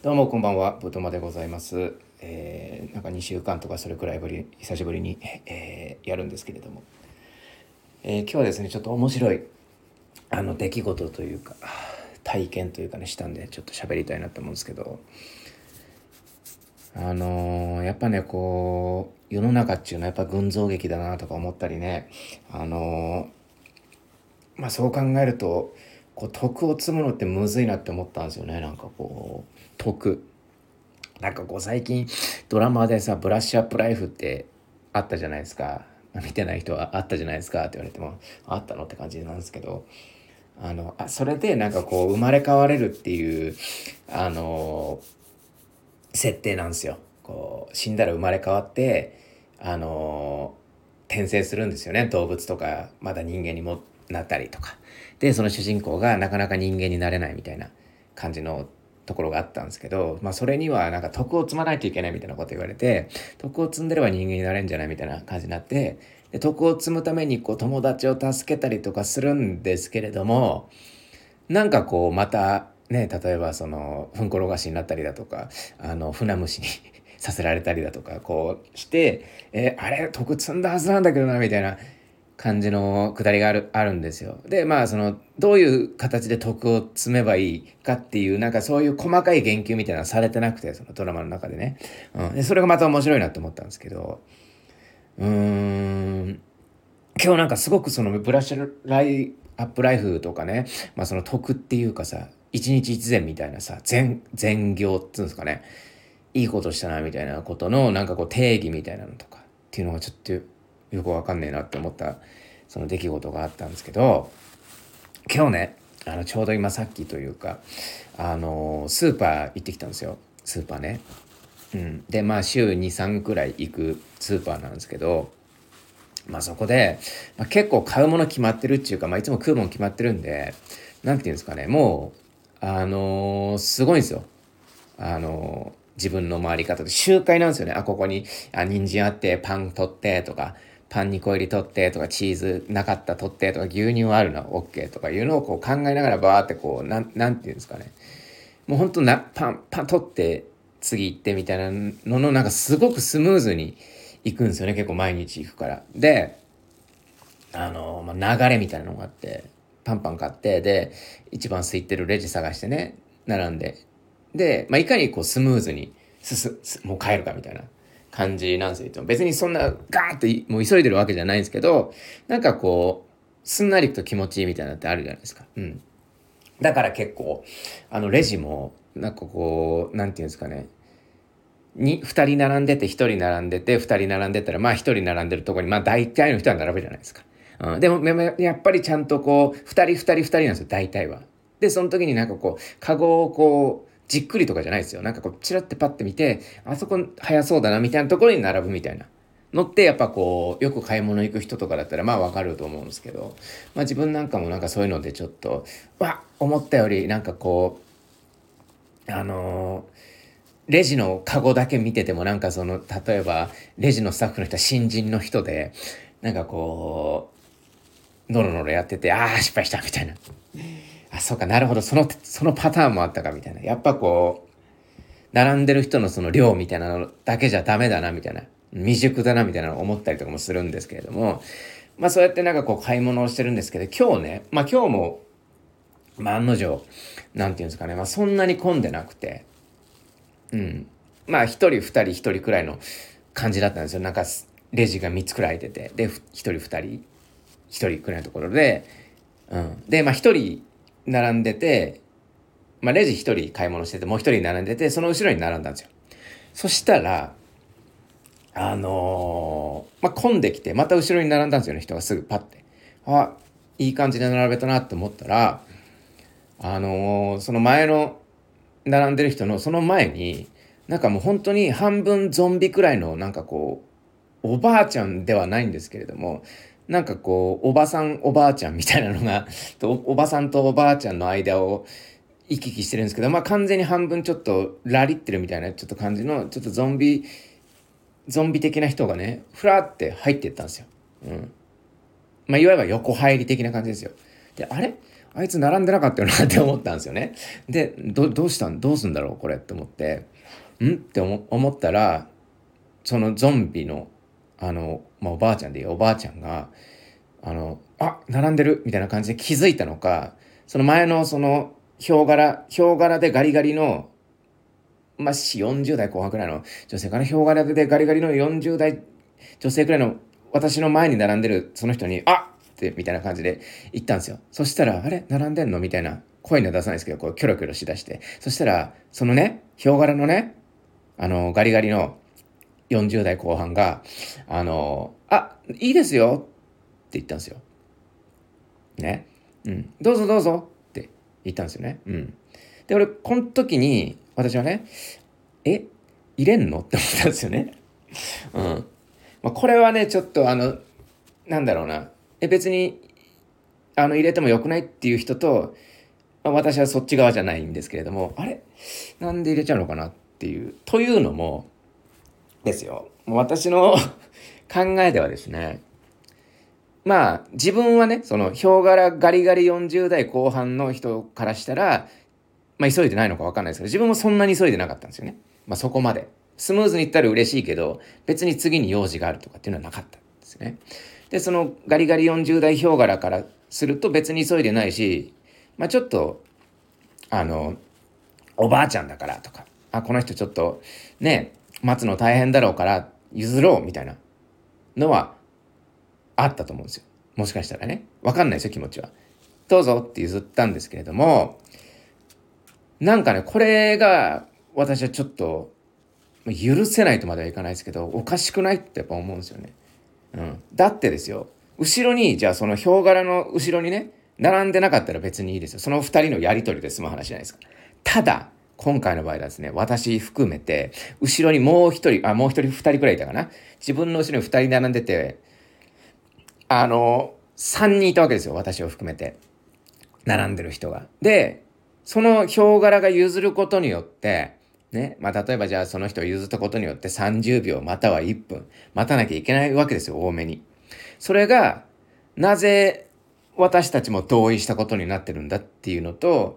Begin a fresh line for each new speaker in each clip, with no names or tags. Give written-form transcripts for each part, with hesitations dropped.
どうもこんばんは、ぶとまでございます。なんか2週間とかそれくらい久しぶりに、やるんですけれども、今日はですね、ちょっと面白い出来事というか体験というかねしたんで、ちょっと喋りたいなと思うんですけど、やっぱねこう世の中っていうのはやっぱ群像劇だなとか思ったりね、そう考えると徳を積むのってむずいなって思ったんですよね。なんか徳なんか最近ドラマでさ、ブラッシュアップライフってあったじゃないですか。見てない人はあったじゃないですかって言われても、あったのって感じなんですけど、それでなんか生まれ変われるっていうあの設定なんですよ。死んだら生まれ変わって転生するんですよね。動物とかまだ人間にもなったりとかで、その主人公がなかなか人間になれないみたいな感じのところがあったんですけど、それにはなんか徳を積まないといけないみたいなこと言われて、徳を積んでれば人間になれるんじゃないみたいな感じになって、で徳を積むために友達を助けたりとかするんですけれども、なんかまたね、例えばふんころがしになったりだとか、船虫にさせられたりだとかして、あれ徳積んだはずなんだけどなみたいな感じのくだりがあるんですよ。でどういう形で徳を積めばいいかっていう、なんかそういう細かい言及みたいなのはされてなくて、そのドラマの中でね、でそれがまた面白いなと思ったんですけど、うーん今日なんかすごくそのブラッシュライアップライフとかね、その徳っていうかさ、一日一善みたいなさ、善行っていうんですかね、いいことしたなみたいなことのなんか定義みたいなのとかっていうのがちょっとよくわかんねえなって思ったその出来事があったんですけど、今日ね、ちょうど今さっきというか、スーパー行ってきたんですよ。スーパーね。で週2、3くらい行くスーパーなんですけど、そこで、結構買うもの決まってるっていうか、いつも食うもの決まってるんで、なんていうんですかね、もうすごいんですよ。自分の回り方で周回なんですよね。ここに人参あってパン取ってとか、パン2個入り取ってとか、チーズなかった取ってとか、牛乳あるな OK とかいうのを考えながらバーってなんていうんですかね、もうほんとパン取って次行ってみたいなのの、なんかすごくスムーズに行くんですよね。結構毎日行くから。で流れみたいなのがあって、パンパン買って、で一番空いてるレジ探してね、並んで、で、いかにスムーズにもう帰るかみたいな感じなんですよ。別にそんなガーッともう急いでるわけじゃないんですけど、なんかすんなりと気持ちいいみたいなのってあるじゃないですか。だから結構レジもなんかなんていうんですかね、2人並んでて1人並んでて2人並んでたら、1人並んでるところに大体の人は並ぶじゃないですか。でもやっぱりちゃんと2人2人2人なんですよ、大体は。でその時になんかカゴをじっくりとかじゃないですよ。なんかチラってパッて見て、あそこ早そうだなみたいなところに並ぶみたいなのって、やっぱよく買い物行く人とかだったらわかると思うんですけど、自分なんかもなんかそういうのでちょっと思ったよりなんかあのーレジのカゴだけ見てても、なんか例えばレジのスタッフの人は新人の人で、なんかノロノロやってて、失敗したみたいな、そうか、なるほど、そのパターンもあったかみたいな、やっぱ並んでる人のその量みたいなのだけじゃダメだなみたいな、未熟だなみたいなのを思ったりとかもするんですけれども、そうやってなんか買い物をしてるんですけど、今日ね、今日も案の定なんていうんですかね、そんなに混んでなくて、一人二人一人くらいの感じだったんですよ。なんかレジが3つくらい空いてて、で一人二人一人くらいのところで、で一人並んでて、レジ一人買い物してて、もう一人並んでて、その後ろに並んだんですよ。そしたら混んできて、また後ろに並んだんですよね、人がすぐパッて。いい感じで並べたなって思ったら、その前の並んでる人のその前に、なんかもう本当に半分ゾンビくらいの、なんかおばあちゃんではないんですけれども、なんかおばさんおばあちゃんみたいなのがおばさんとおばあちゃんの間を行き来してるんですけど、完全に半分ちょっとラリってるみたいなちょっと感じの、ちょっとゾンビ的な人がね、ふらって入っていったんですよ。いわゆる横入り的な感じですよ。で、あれあいつ並んでなかったよなって思ったんですよね。で、どうすんだろうこれって思って、って思ったら、そのゾンビの、おばあちゃんでいいよ、おばあちゃんが、並んでるみたいな感じで気づいたのか、その前のそのヒョウ柄でガリガリの、40代後半くらいの女性かな、ヒョウ柄でガリガリの40代女性くらいの私の前に並んでるその人に、ってみたいな感じで言ったんですよ。そしたら、あれ並んでんのみたいな声には出さないですけど、こうキョロキョロしだして。そしたら、そのね、ヒョウ柄のね、ガリガリの40代後半が、いいですよって言ったんですよ。ね。どうぞどうぞって言ったんですよね。で、俺、この時に、私はね、入れんのって思ったんですよね。これはね、ちょっとなんだろうな。別に、入れてもよくないっていう人と、私はそっち側じゃないんですけれども、あれなんで入れちゃうのかなっていう。というのも、ですよ。もう私の考えではですね、自分はね、そのヒョウ柄ガリガリ40代後半の人からしたら、急いでないのか分かんないですけど、自分もそんなに急いでなかったんですよね。そこまで。スムーズにいったら嬉しいけど、別に次に用事があるとかっていうのはなかったんですね。で、そのガリガリ40代ヒョウ柄からすると別に急いでないし、ちょっと、おばあちゃんだからとか、この人ちょっとね、待つの大変だろうから譲ろうみたいなのはあったと思うんですよ。もしかしたらね。わかんないですよ、気持ちは。どうぞって譲ったんですけれども、なんかね、これが私はちょっと許せないとまではいかないですけど、おかしくないってやっぱ思うんですよね。だってですよ、後ろに、じゃあそのヒョウ柄の後ろにね、並んでなかったら別にいいですよ。その二人のやりとりで済む話じゃないですか。ただ、今回の場合はですね、私含めて、後ろにもう一人、二人くらいいたかな。自分の後ろに二人並んでて、三人いたわけですよ。私を含めて。並んでる人が。で、そのヒョウ柄が譲ることによって、ね、例えばじゃあその人を譲ったことによって30秒または1分待たなきゃいけないわけですよ、多めに。それが、なぜ私たちも同意したことになってるんだっていうのと、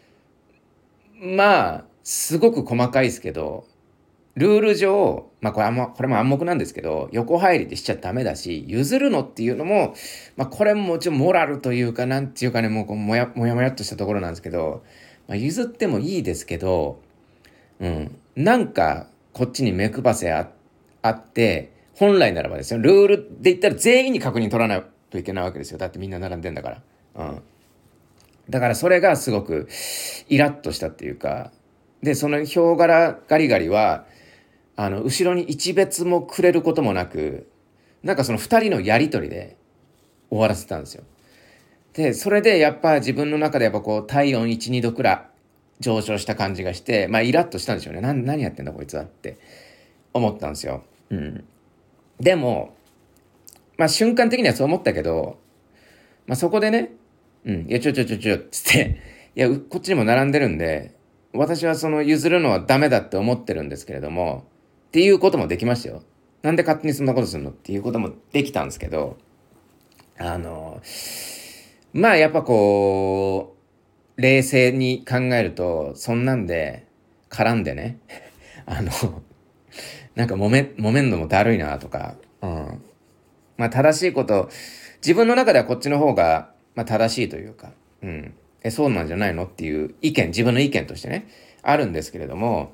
すごく細かいですけど、ルール上、これも暗黙なんですけど、横入りでしちゃダメだし、譲るのっていうのも、これももちろんモラルというか、なんていうかね、もうもやもやっとしたところなんですけど、譲ってもいいですけど、なんか、こっちに目配せあって、本来ならばですよ、ルールで言ったら全員に確認取らないといけないわけですよ。だってみんな並んでんだから。だからそれがすごくイラッとしたっていうか、で、そのヒョウ柄ガリガリは、後ろに一別もくれることもなく、なんかその二人のやりとりで終わらせたんですよ。で、それでやっぱ自分の中でやっぱこう体温1、2度くらい上昇した感じがして、イラッとしたんでしょうね。何やってんだこいつはって思ったんですよ。でも、瞬間的にはそう思ったけど、そこでね、いや、つって、いや、こっちにも並んでるんで、私はその譲るのはダメだって思ってるんですけれども、っていうこともできましたよ。なんで勝手にそんなことするのっていうこともできたんですけど、やっぱこう、冷静に考えると、そんなんで、絡んでね、あの、なんか揉めんのもだるいなとか、正しいこと、自分の中ではこっちの方が、正しいというか、そうなんじゃないのっていう自分の意見としてね、あるんですけれども、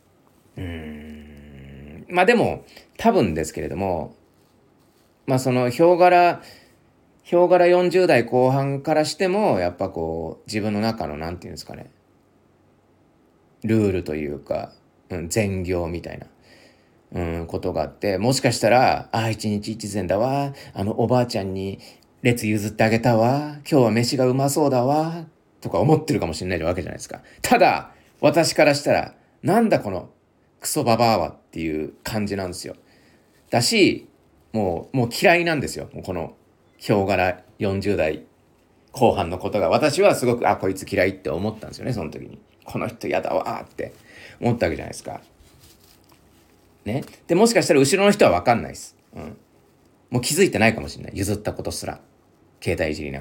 でも、多分ですけれども、そのヒョウ柄40代後半からしても、やっぱこう、自分の中の、なんていうんですかね、ルールというか、善行みたいな、ことがあって、もしかしたら、一日一善だわ、おばあちゃんに列譲ってあげたわ、今日は飯がうまそうだわ、とか思ってるかもしれないわけじゃないですか。ただ、私からしたら、なんだこのクソババアはっていう感じなんですよ。だし、もう嫌いなんですよ。もうこの、ヒョウ柄40代後半のことが。私はすごく、こいつ嫌いって思ったんですよね、その時に。この人嫌だわーって思ったわけじゃないですか。ね。で、もしかしたら後ろの人は分かんないです。もう気づいてないかもしれない。譲ったことすら。携帯いじりながら。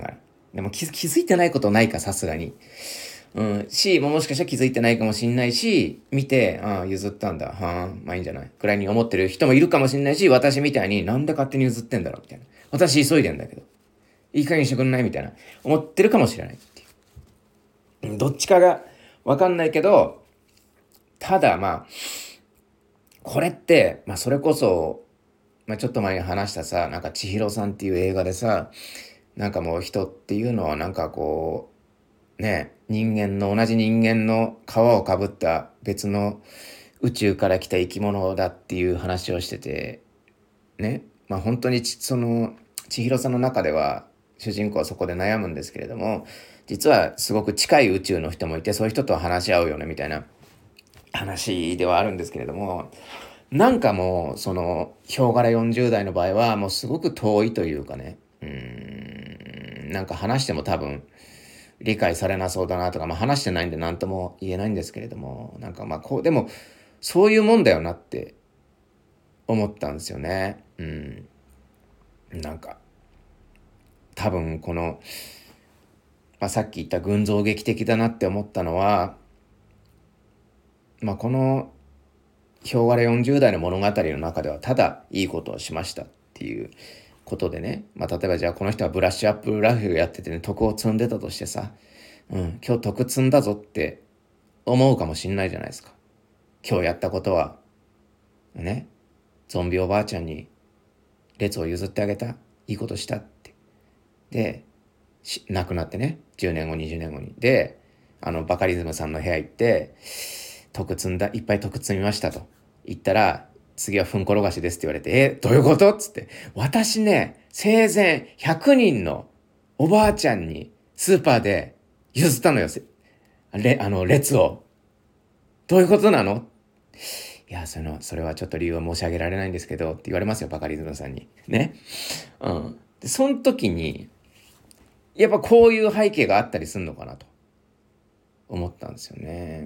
でも気づいてないことないか、さすがに。もしかしたら気づいてないかもしんないし、見て、ああ、譲ったんだ。はあ、まあいいんじゃないくらいに思ってる人もいるかもしんないし、私みたいになんで勝手に譲ってんだろうみたいな。私急いでんだけど。いい加減にしてくんないみたいな。思ってるかもしれないっていう。どっちかがわかんないけど、ただまあ、これって、まあそれこそ、まあちょっと前に話したさ、なんか千尋さんっていう映画でさ、なんかもう人っていうのはなんかこう、ね、同じ人間の皮をかぶった別の宇宙から来た生き物だっていう話をしてて、ね、まあ本当にその千尋さんの中では主人公はそこで悩むんですけれども、実はすごく近い宇宙の人もいて、そういう人と話し合うよねみたいな話ではあるんですけれども、なんかもうそのヒョウ柄40代の場合はもうすごく遠いというかね、なんか話しても多分理解されなそうだなとか、まあ話してないんで何とも言えないんですけれども、なんかまあこう、でもそういうもんだよなって思ったんですよね。なんか多分この、まあ、さっき言った群像劇的だなって思ったのは、まあこのヒョウ柄40代の物語の中ではただいいことをしましたっていうことでね、まあ例えばじゃあこの人はブラッシュアップライフやっててね、徳を積んでたとしてさ、今日徳積んだぞって思うかもしんないじゃないですか。今日やったことはね、ゾンビおばあちゃんに列を譲ってあげた、いいことしたって。で、亡くなってね、10年後20年後に。で、バカリズムさんの部屋行って、いっぱい徳積みましたと言ったら、次はふんころがしですって言われて、どういうことっつって、私ね、生前100人のおばあちゃんにスーパーで譲ったのよ。列を。どういうことなの？いや、それはちょっと理由は申し上げられないんですけど、って言われますよ、バカリズムさんに。ね。で、その時に、やっぱこういう背景があったりするのかなと思ったんですよね。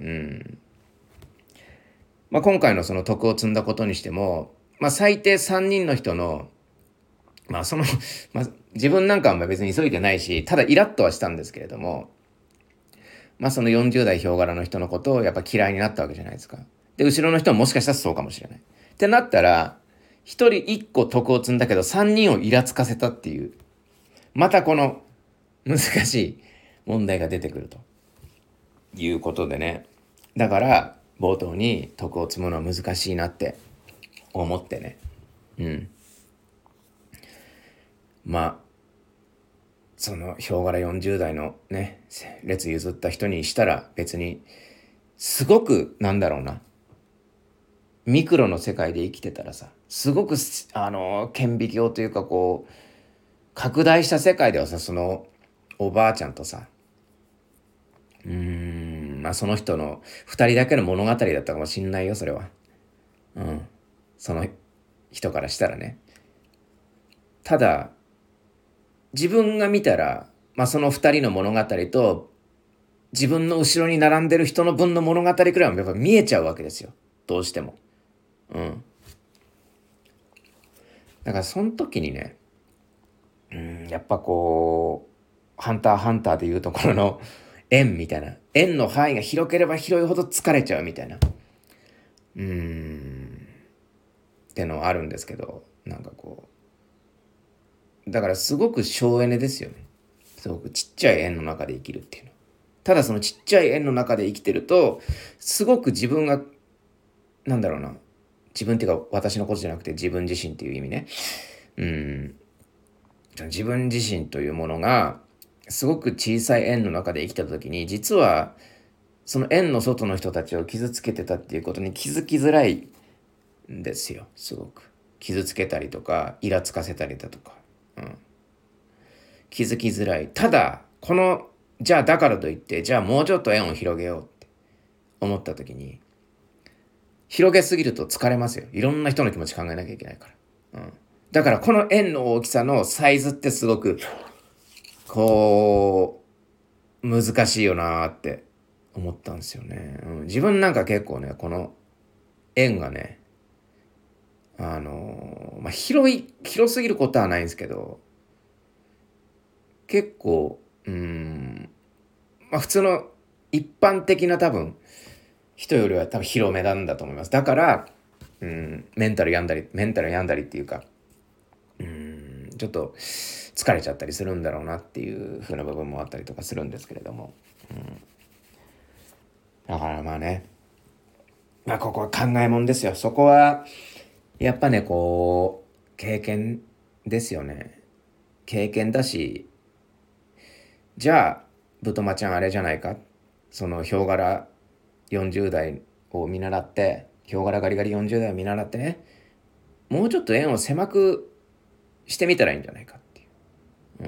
まあ、今回のその徳を積んだことにしても、まあ、最低3人の人の、まあ、まあ、自分なんかは別に急いでないし、ただイラッとはしたんですけれども、まあ、その40代ヒョウ柄の人のことをやっぱ嫌いになったわけじゃないですか。で、後ろの人ももしかしたらそうかもしれない。ってなったら、一人一個徳を積んだけど、三人をイラつかせたっていう、またこの難しい問題が出てくるということでね。だから、冒頭に徳を積むのは難しいなって思ってね。まあ、そのヒョウ柄40代のね、列譲った人にしたら別に、すごく、なんだろうな、ミクロの世界で生きてたらさ、すごく顕微鏡というかこう拡大した世界ではさ、そのおばあちゃんとさ、まあその人の二人だけの物語だったかもしんないよ、それは。その人からしたらね。ただ自分が見たら、まあその二人の物語と自分の後ろに並んでる人の分の物語くらいもやっぱ見えちゃうわけですよ、どうしても。だからその時にね、やっぱこうハンターハンターでいうところの円みたいな、円の範囲が広ければ広いほど疲れちゃうみたいなってのはあるんですけど、なんかこうだからすごく省エネですよね。すごくちっちゃい円の中で生きるっていうの。ただそのちっちゃい円の中で生きてると、すごく自分が、なんだろうな、自分っていうか私のことじゃなくて自分自身っていう意味ね。自分自身というものがすごく小さい円の中で生きた時に、実はその円の外の人たちを傷つけてたっていうことに気づきづらいんですよ。すごく傷つけたりとかイラつかせたりだとか、気づきづらい。ただじゃあだからといってじゃあもうちょっと円を広げようって思った時に、広げすぎると疲れますよ。いろんな人の気持ち考えなきゃいけないから。だからこの円の大きさのサイズってすごくこう難しいよなーって思ったんですよね。自分なんか結構ね、この円がね、広すぎることはないんですけど、結構普通の一般的な多分人よりは多分広めなんだと思います。だから、メンタル病んだりっていうか、ちょっと疲れちゃったりするんだろうなっていう風な部分もあったりとかするんですけれども、だからまあね、ここは考えもんですよ。そこはやっぱね、こう経験ですよね。経験だし、じゃあぶとまちゃんあれじゃないか、そのヒョウ柄40代を見習って、ヒョウ柄ガリガリ40代を見習ってね、もうちょっと円を狭くしてみたらいいんじゃないかっていう、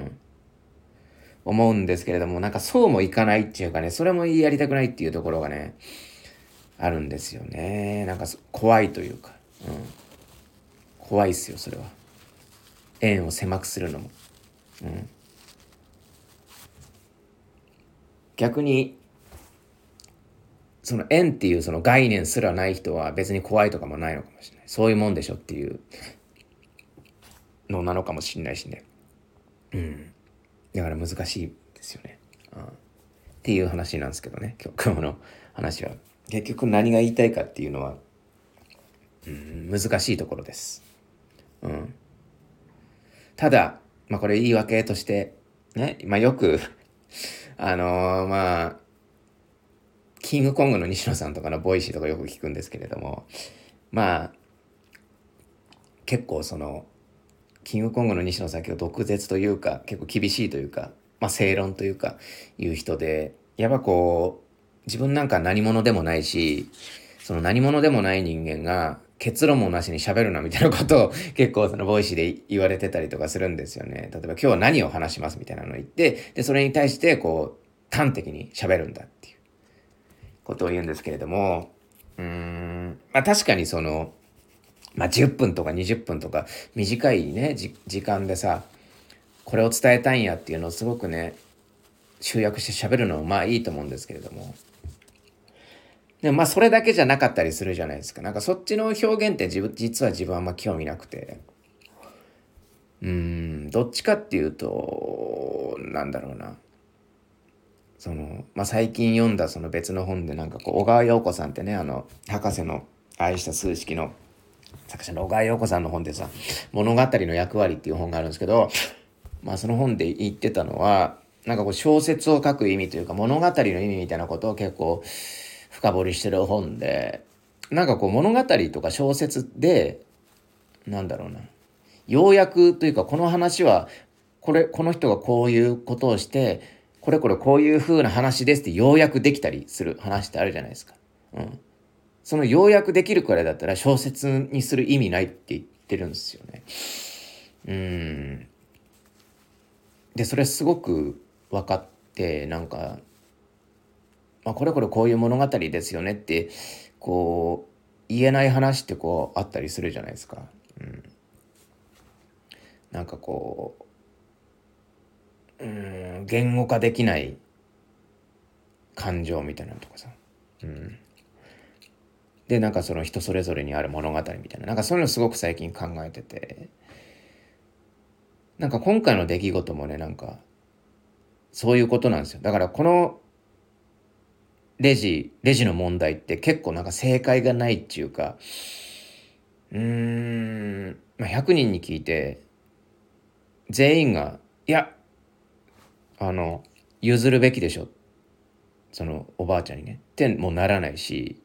思うんですけれども、なんかそうもいかないっていうかね、それもやりたくないっていうところがね、あるんですよね。なんか怖いというか、怖いっすよ、それは。円を狭くするのも。逆に、その円っていうその概念すらない人は別に怖いとかもないのかもしれない。そういうもんでしょっていうのなのかもしれないしね。だから難しいですよね。っていう話なんですけどね、今日の話は。結局何が言いたいかっていうのは、難しいところです。ただ、これ言い訳として、ね、よく、キングコングの西野さんとかのボイシーとかよく聞くんですけれども、結構その、キングコングの西野さん結構毒舌というか、結構厳しいというか、正論というか、いう人で、やっぱこう、自分なんか何者でもないし、その何者でもない人間が結論もなしに喋るなみたいなことを結構そのボイシーで言われてたりとかするんですよね。例えば今日は何を話しますみたいなのを言って、で、それに対してこう、端的に喋るんだっていうことを言うんですけれども、確かにその、10分とか20分とか短いね、時間でさ、これを伝えたいんやっていうのをすごくね、集約して喋るのもいいと思うんですけれども、でもそれだけじゃなかったりするじゃないですか。なんかそっちの表現って実は自分はあんま興味なくて、どっちかっていうと、なんだろうな、その最近読んだその別の本でなんかこう小川洋子さんってね、博士の愛した数式の作者の小川洋子さんの本でさ、物語の役割っていう本があるんですけど、その本で言ってたのは、なんかこう小説を書く意味というか物語の意味みたいなことを結構深掘りしてる本で、なんかこう物語とか小説で、なんだろうな、要約というか、この話はこの人がこういうことをして、これこういう風な話ですって要約できたりする話ってあるじゃないですか。その要約できるくらいだったら小説にする意味ないって言ってるんですよね。で、それすごく分かって、なんか、これこういう物語ですよねって、こう、言えない話ってこうあったりするじゃないですか。なんかこう、言語化できない感情みたいなのとかさ。で、なんかその人それぞれにある物語みたいな。なんかそういうのすごく最近考えてて。なんか今回の出来事もね、なんか、そういうことなんですよ。だからこのレジの問題って結構なんか正解がないっていうか、100人に聞いて、全員が、いや、譲るべきでしょ。そのおばあちゃんにね。ってもならないし、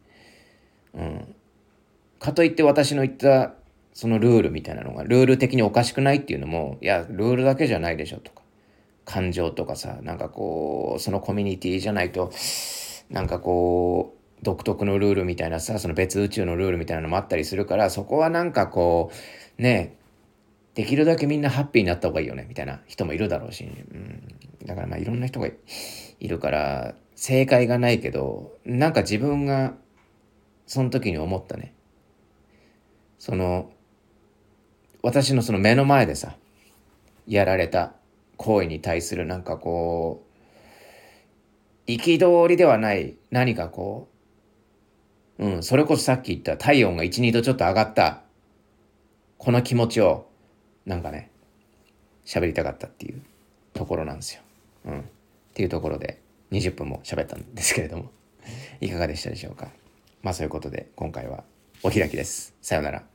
かといって私の言ったそのルールみたいなのが、ルール的におかしくないっていうのも、いや、ルールだけじゃないでしょとか。感情とかさ、なんかこう、そのコミュニティじゃないと、なんかこう、独特のルールみたいなさ、その別宇宙のルールみたいなのもあったりするから、そこはなんかこう、ね、できるだけみんなハッピーになった方がいいよね、みたいな人もいるだろうし、だからいろんな人がいるから、正解がないけど、なんか自分が、その時に思ったね、その、私のその目の前でさ、やられた行為に対するなんかこう、憤りではない何かこう、それこそさっき言った体温が1、2度ちょっと上がった、この気持ちを、なんかね、喋りたかったっていうところなんですよ。 っていうところで20分も喋ったんですけれどもいかがでしたでしょうか。まあそういうことで今回はお開きです。さようなら。